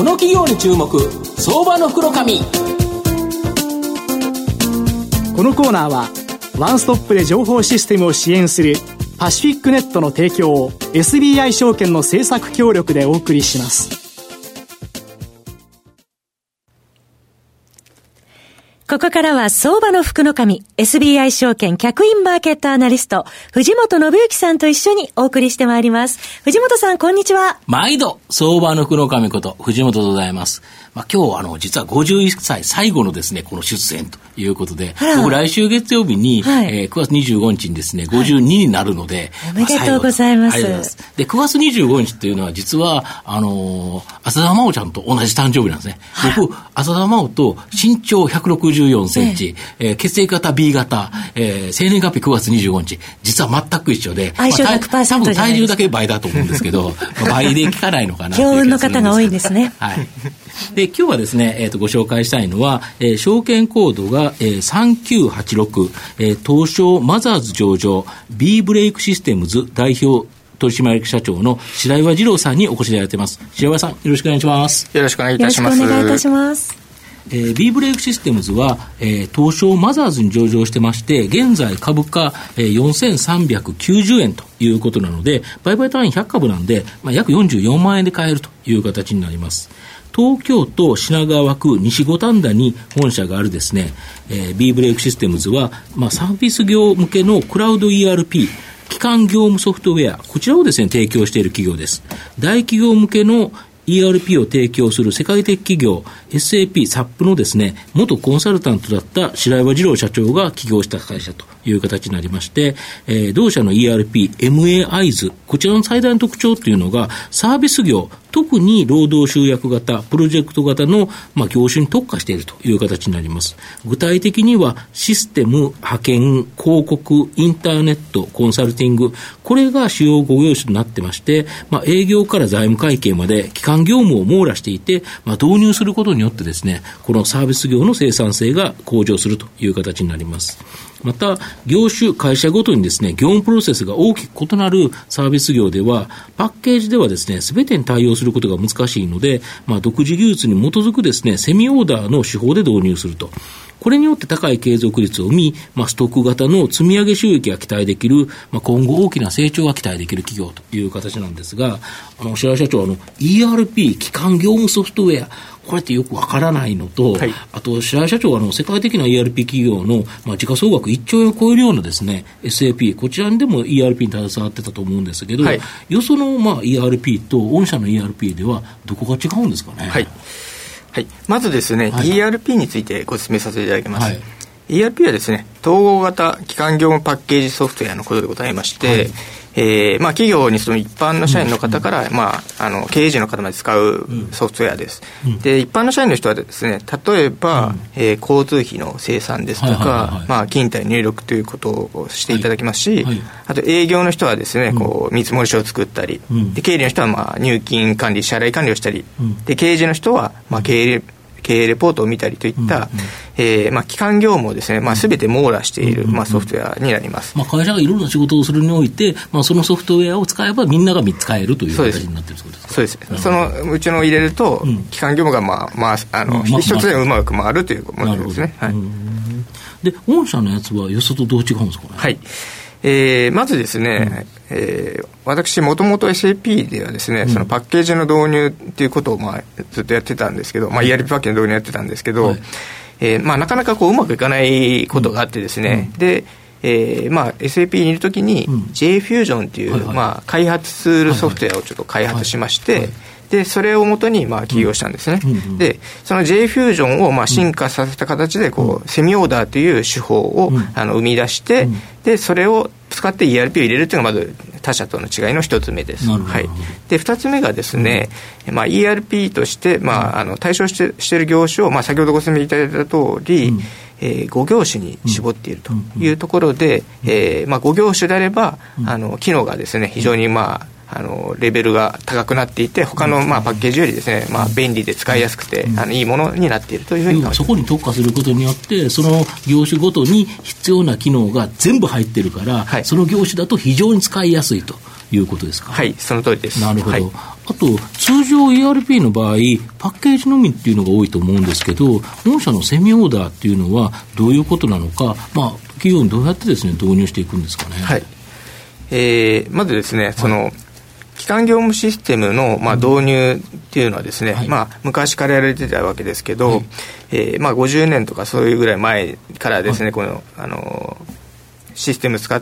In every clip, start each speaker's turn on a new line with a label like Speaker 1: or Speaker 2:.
Speaker 1: この企業に注目、相場の福の神。
Speaker 2: このコーナーはワンストップで情報システムを支援するパシフィックネットの提供を SBI 証券の政策協力でお送りします。
Speaker 3: ここからは相場の福の神 SBI 証券客員マーケットアナリスト藤本信之さんと一緒にお送りしてまいります。藤本さん、こんにちは。
Speaker 1: 毎度相場の福の神こと藤本でございます。今日実は51歳最後のですねこの出演ということで、僕来週月曜日に、9月25日にですね52になるので、
Speaker 3: おめでとうございます。
Speaker 1: ありがとうございます。で9月25日っていうのは実は浅田真央ちゃんと同じ誕生日なんですね。僕浅田真央と身長164センチ、血液型 B 型、生年月日9月25日実は全く一緒で、
Speaker 3: 相性 100%
Speaker 1: 多分体重だけ倍だと思うんですけど倍で効かないのかな
Speaker 3: 強運の方が多いんですね。
Speaker 1: はい。で今日はですね、ご紹介したいのは、証券コードが、3986、東証マザーズ上場 B ブレイクシステムズ代表取締役社長の白岩二郎さんにお越しいただいています。白岩さん、よろしくお願いします。
Speaker 4: よろしくお願いいたします。
Speaker 3: よろしくお願いいたします。
Speaker 1: B ブレイクシステムズは、東証マザーズに上場してまして、現在株価、4390円ということなので、売買単位100株なんで、約44万円で買えるという形になります。東京都品川区西五反田に本社があるですね、B ブレイクシステムズは、サービス業向けのクラウド ERP、基幹業務ソフトウェア、こちらをですね、提供している企業です。大企業向けのERP を提供する世界的企業 SAP サップのですね元コンサルタントだった白岩二郎社長が起業した会社という形になりまして、同社の ERP MAIs こちらの最大の特徴というのがサービス業特に労働集約型プロジェクト型の、業種に特化しているという形になります。具体的にはシステム、派遣、広告、インターネット、コンサルティング、これが主要5業種となってまして、営業から財務会計まで基幹業務を網羅していて、導入することによってですね、このサービス業の生産性が向上するという形になります。また、業種、会社ごとにですね、業務プロセスが大きく異なるサービス業では、パッケージではですね、すべてに対応することが難しいので、独自技術に基づくですね、セミオーダーの手法で導入すると。これによって高い継続率を生み、ストック型の積み上げ収益が期待できる、今後大きな成長が期待できる企業という形なんですが、白岩社長、ERP、基幹業務ソフトウェア、これってよくわからないのと、はい、あと白岩社長は世界的な ERP 企業の、時価総額1兆円を超えるようなですね SAP こちらにでも ERP に携わってたと思うんですけど、はい、よそのERP と御社の ERP ではどこが違うんですかね。
Speaker 4: はいはい、まずですね、はい、ERP についてご説明させていただきます。はい、ERP はですね統合型基幹業務パッケージソフトウェアのことでございまして、はい企業に勤める一般の社員の方から、経営陣の方まで使うソフトウェアです。で、一般の社員の人はですね、例えば、交通費の生産ですとか、勤怠入力ということをしていただきますし、あと営業の人はですね、見積書を作ったり、で経理の人は入金管理、支払い管理をしたり、で経営陣の人は経営レポートを見たりといった、基幹業務をですね、全て網羅している、ソフトウェアになります。
Speaker 1: 会社がいろんな仕事をするにおいて、そのソフトウェアを使えばみんなが使えるという形になっているそうですか。
Speaker 4: そうです。そのうちのを入れると、基幹業務が一つでうまく回るというものですね。はい。
Speaker 1: で、御社のやつはよそとどう違うんですかね。
Speaker 4: はい。まずですね、私もともと SAP ではですね、そのパッケージの導入っていうことをずっとやってたんですけど、ERP パッケージの導入やってたんですけど、なかなかうまくいかないことがあってですね、で、SAP にいるときに JFusion っていう、開発するソフトウェアをちょっと開発しまして、でそれをもとに起業したんですね。でその JFusion を進化させた形でセミオーダーという手法を生み出して、でそれを使って ERP を入れるというのがまず他社との違いの一つ目です。はい、で2つ目がですね、ERP として、対象している業種を、先ほどご説明いただいた通り、5業種に絞っているというところで、5業種であれば機能がですね非常にレベルが高くなっていて他のパッケージよりですね、便利で使いやすくていいものになっているというふうに思います。
Speaker 1: そこに特化することによってその業種ごとに必要な機能が全部入っているから、その業種だと非常に使いやすいということですか。
Speaker 4: はい、その通りです。
Speaker 1: なるほど、
Speaker 4: はい、
Speaker 1: あと通常 ERP の場合パッケージのみっていうのが多いと思うんですけど、御社のセミオーダーっていうのはどういうことなのか、企業にどうやってですね導入していくんですかね。
Speaker 4: はい、まずですね、その基幹業務システムの導入っていうのはですね、昔からやられてたわけですけど、50年とかそういうぐらい前からですね、このシステムを使って、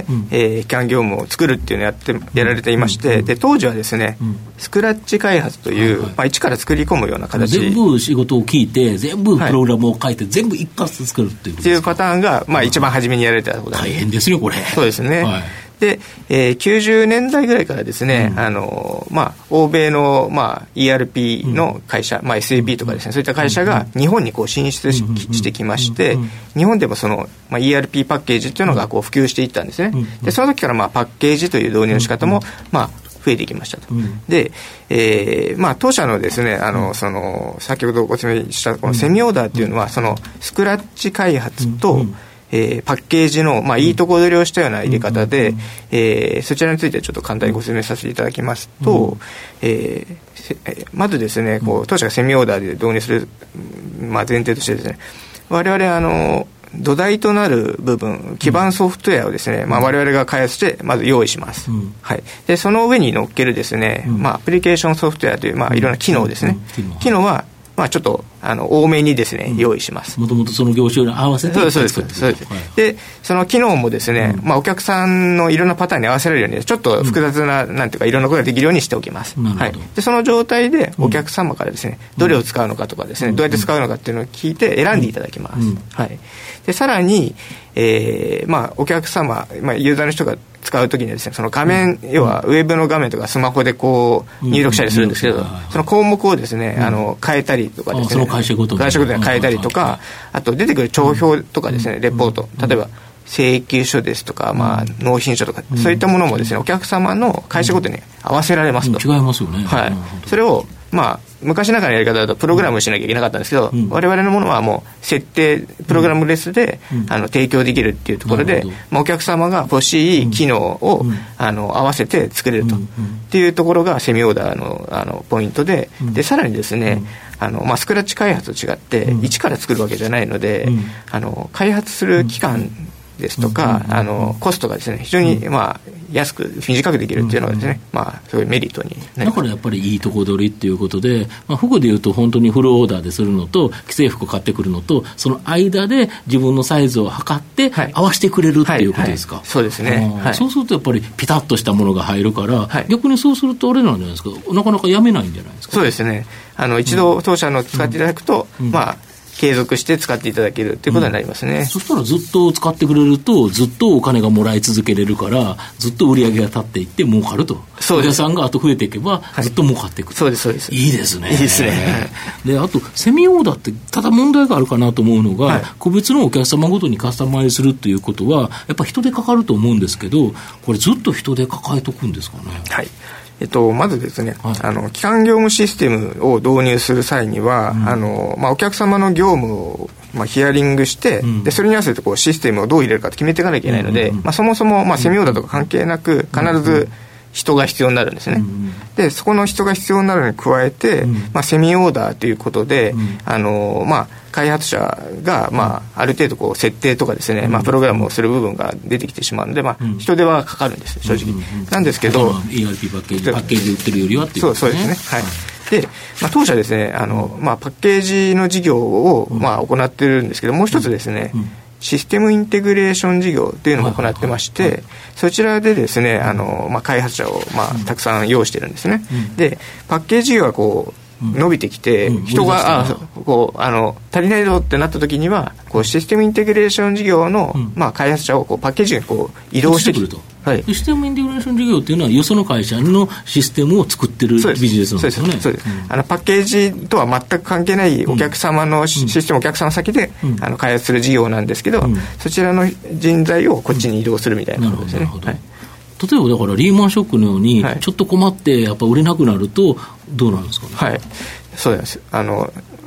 Speaker 4: 基幹業務を作るっていうのをやられていまして、で当時はですね、スクラッチ開発という、一から作り込むような形
Speaker 1: 全部仕事を聞いて全部プログラムを書いて、全部一発で作るっていうことですか。っていう
Speaker 4: パターンが、一番初めにやられてたことです。
Speaker 1: 大変ですよこれ。
Speaker 4: そうですね、で、90年代ぐらいからですね、欧米の、ERP の会社、SAP とかですね、そういった会社が日本に進出してきまして、日本でもその、ERP パッケージというのが普及していったんですね。でその時からパッケージという導入の仕方も増えてきましたと。で、当社のですね、その先ほどご説明したこのセミオーダーというのは、そのスクラッチ開発と、パッケージの、いいとこ取りをしたような入れ方で、そちらについてちょっと簡単にご説明させていただきますと、まずですね、当社がセミオーダーで導入する、前提としてですね、我々土台となる部分、基盤ソフトウェアをですね、我々が開発してまず用意します。はい。でその上に乗っけるですね、アプリケーションソフトウェアという、いろんな機能ですね。機能はちょっと多めにですね、用意します。
Speaker 1: もともとその業種に合わせて
Speaker 4: そうです。でその機能もですね、お客さんのいろんなパターンに合わせられるようにちょっと複雑な、なんていうかいろんなことができるようにしておきます。はい。でその状態でお客様からですね、どれを使うのかとかですね、どうやって使うのかっていうのを聞いて選んでいただきます。はい。でさらに、お客様、ユーザーの人が使うときにはですね、その画面、要はウェブの画面とかスマホで入力したりするんですけど、その項目をですね、変えたりとかですね、
Speaker 1: その会社ごとに
Speaker 4: 変えたりとか、あと出てくる帳票とかですね、レポート、例えば請求書ですとか、納品書とか、そういったものもですね、お客様の会社ごとに合わせられますと。
Speaker 1: 違いますよね。
Speaker 4: はい。それを昔ながらのやり方だとプログラムしなきゃいけなかったんですけど、我々のものはもう設定プログラムレスで、提供できるっていうところで、お客様が欲しい機能を、合わせて作れると、っていうところがセミオーダーのポイントで、でさらにですね、スクラッチ開発と違って一から作るわけじゃないので、開発する期間ですとか、コストがですね、非常に安く短くできるっていうのがですね、そういうメリットになります。
Speaker 1: だからやっぱりいいとこ取りっていうことで、服でいうと本当にフルオーダーでするのと既製服を買ってくるのと、その間で自分のサイズを測って合わせてくれるっていうことですか。
Speaker 4: そうですね。
Speaker 1: そうするとやっぱりピタッとしたものが入るから、逆にそうするとあれなんじゃないですか、なかなかやめないんじゃないですか。
Speaker 4: そうですね。一度当社の使っていただくと、継続して使っていただけるということになりますね。
Speaker 1: そしたらずっと使ってくれるとずっとお金がもらい続けれるから、ずっと売り上げが立っていって儲かると。お客さんがあと増えていけばずっと儲かっていく、
Speaker 4: そうですそうです。
Speaker 1: いいですね。
Speaker 4: いいですね。
Speaker 1: であとセミオーダーってただ問題があるかなと思うのが、個別のお客様ごとにカスタマイズするっていうことはやっぱ人手かかると思うんですけど、これずっと人手抱えとくんですかね。
Speaker 4: はい。まずですね、基幹業務システムを導入する際には、お客様の業務をヒアリングして、でそれに合わせてシステムをどう入れるかって決めていかなきゃいけないので、そもそもセミオーダーとか関係なく必ず人が必要になるんですね。でそこの人が必要になるのに加えて、セミオーダーということで、開発者が、ある程度設定とかですね、プログラムをする部分が出てきてしまうので、人手はかかるんです正直、なんですけど
Speaker 1: ERP パッケージで売ってるよりはっていうことですね。
Speaker 4: そうですね。はい。で当社ですね、パッケージの事業を、行ってるんですけど、もう一つですね、システムインテグレーション事業というのを行ってまして、そちらでですね、開発者を、たくさん要してるんですね。でパッケージが伸びてきて、人が足りないぞってなった時にはシステムインテグレーション事業の、開発者をパッケージに移動してくると。
Speaker 1: システムインテグレーション事業っていうのはよその会社のシステムを作ってるビジネスなんですよね。
Speaker 4: そうです。パッケージとは全く関係ないお客様のシステム、お客様先で、開発する事業なんですけど、そちらの人材をこっちに移動するみたいなことですね。
Speaker 1: 例えばだからリーマンショックのようにちょっと困ってやっぱ売れなくなるとどうなんですかね。
Speaker 4: はい、そうなんです。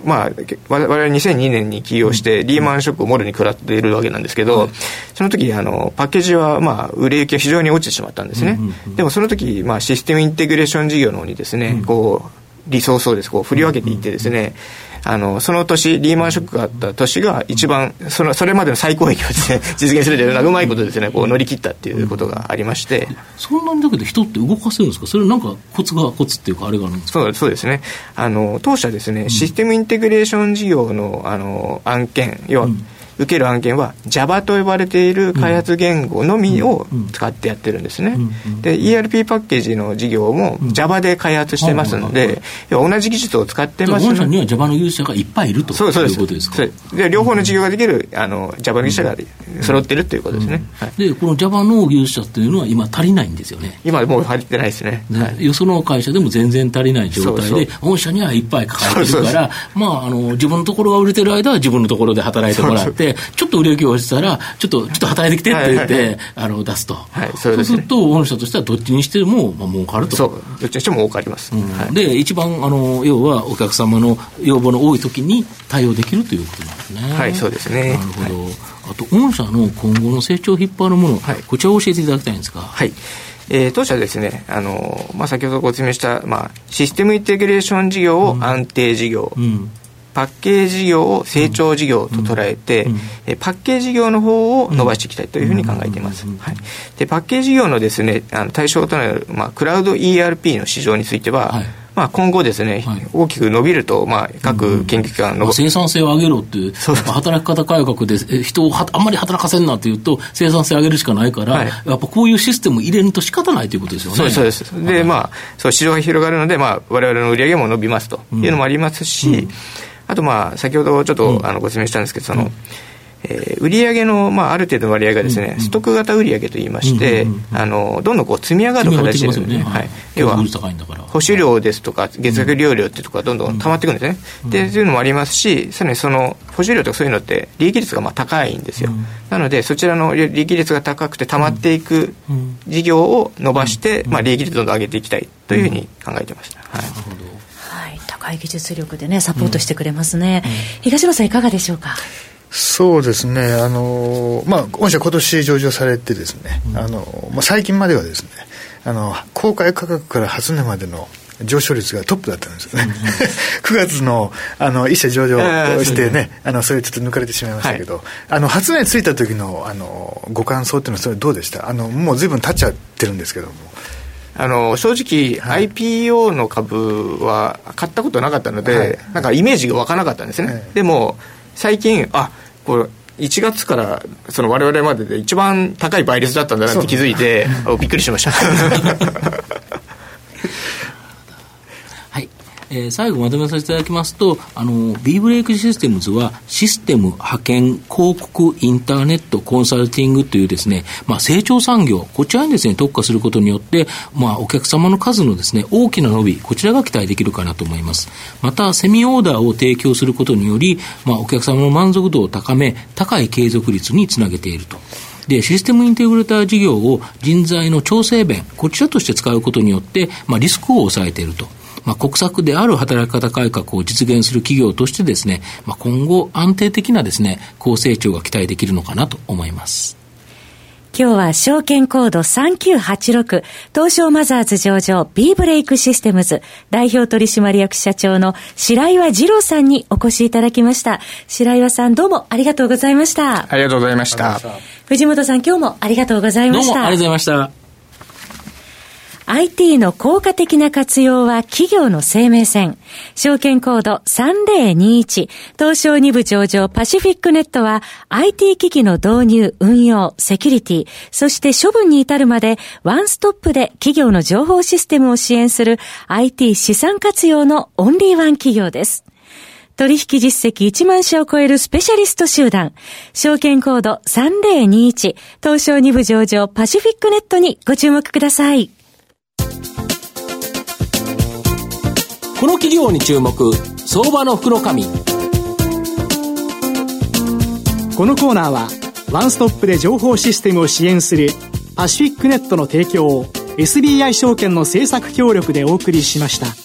Speaker 4: 我々2002年に起業してリーマンショックをもろに食らっているわけなんですけど、その時パッケージは売れ行きが非常に落ちてしまったんですね。でもその時システムインテグレーション事業の方にですね、リソースをです振り分けていってですね、その年リーマンショックがあった年が一番それまでの最高益をですね実現するというようなうまいことですね乗り切ったっていうことがありまして、
Speaker 1: そんなにだけど人って動かせるんですか？それなんかコツっていうかあれがあるんですか？
Speaker 4: そうですね。当社ですね、システムインテグレーション事業の案件、要は受ける案件は Java と呼ばれている開発言語のみを使ってやってるんですね。で ERP パッケージの事業も Java で開発してますので、要は同じ技術を使ってますので、
Speaker 1: 本社には Java の技術者がいっぱいいるということですか？
Speaker 4: で両方の事業ができるJava の技術者が揃ってるということですね。
Speaker 1: でこの Java の技術者っていうのは今足りないんですよね。
Speaker 4: 今もう足りてないですね。
Speaker 1: よその会社でも全然足りない状態で、本社にはいっぱい抱えてるから、自分のところが売れてる間は自分のところで働いてもらって、ちょっと売れ行きが落ちたらちょっと働いてきてって言って、出すと、そうすると御社としてはどっちにしても儲かると。
Speaker 4: そう、どっちにしても儲かります。
Speaker 1: で一番要はお客様の要望の多い時に対応できるということなんですね。
Speaker 4: はい、そうですね。
Speaker 1: なるほど。あと御社の今後の成長を引っ張るもの、こちらを教えていただきたいんですが。はい。
Speaker 4: 当社ですね、先ほどご説明した、システムインテグレーション事業を安定事業、パッケージ事業を成長事業と捉えて、パッケージ事業の方を伸ばしていきたいというふうに考えています。でパッケージ事業のですね、対象となる、クラウド ERP の市場については、今後ですね、大きく伸びると、各研究機関の、
Speaker 1: 生産性を上げろっていう、働き方改革で人をあんまり働かせんなっていうと生産性を上げるしかないから、やっぱこういうシステムを入れると仕方ないということですよね。
Speaker 4: そうです。でそう市場が広がるので、我々の売り上げも伸びますというのもありますし、あと先ほどちょっとご説明したんですけど、売上のある程度の割合がですね、ストック型売上といいまして、どんどん積み上がる形で、要は保守量ですとか月額利用料っていうところがどんどん溜まっていくんですね。でそういうのもありますし、さらにその保守量とかそういうのって利益率が高いんですよ。なのでそちらの利益率が高くて溜まっていく事業を伸ばして、利益率をどんどん上げていきたいというふうに考えていました。
Speaker 3: 高い技術力でねサポートしてくれますね。東野さんいかがでしょうか？
Speaker 5: そうですね、御社今年上場されてですね、最近まではですね、公開価格から初値までの上昇率がトップだったんですよね。9月の一社上場してね、それちょっと抜かれてしまいましたけど、初値ついた時のご感想っていうのはそれどうでした？もう随分経っちゃってるんですけども。
Speaker 4: 正直、IPO の株は買ったことなかったので、なんかイメージが湧かなかったんですね。でも最近これ1月から我々までで一番高い倍率だったんだなって気づいてびっくりしました。
Speaker 1: 最後まとめさせていただきますと、B ブレイクシステムズはシステム、派遣、広告、インターネット、コンサルティングというですね、成長産業、こちらにですね、特化することによって、お客様の数のですね、大きな伸び、こちらが期待できるかなと思います。また、セミオーダーを提供することにより、お客様の満足度を高め、高い継続率につなげていると。で、システムインテグレーター事業を人材の調整弁、こちらとして使うことによって、リスクを抑えていると。国策である働き方改革を実現する企業としてですね、今後安定的なですね、高成長が期待できるのかなと思います。
Speaker 3: 今日は証券コード3986東証マザーズ上場 B ブレイクシステムズ代表取締役社長の白岩二郎さんにお越しいただきました。白岩さんどうもありがとうございました。
Speaker 4: ありがとうございました。
Speaker 3: 藤本さん今日もありがとうございました。
Speaker 1: どうもありがとうございました。
Speaker 3: IT の効果的な活用は企業の生命線。証券コード3021東証2部上場パシフィックネットは IT 機器の導入、運用、セキュリティ、そして処分に至るまでワンストップで企業の情報システムを支援する IT 資産活用のオンリーワン企業です。取引実績1万社を超えるスペシャリスト集団。証券コード3021東証2部上場パシフィックネットにご注目ください。
Speaker 1: この企業に注目、相場の福の神。
Speaker 2: このコーナーはワンストップで情報システムを支援するパシフィックネットの提供を SBI 証券の政策協力でお送りしました。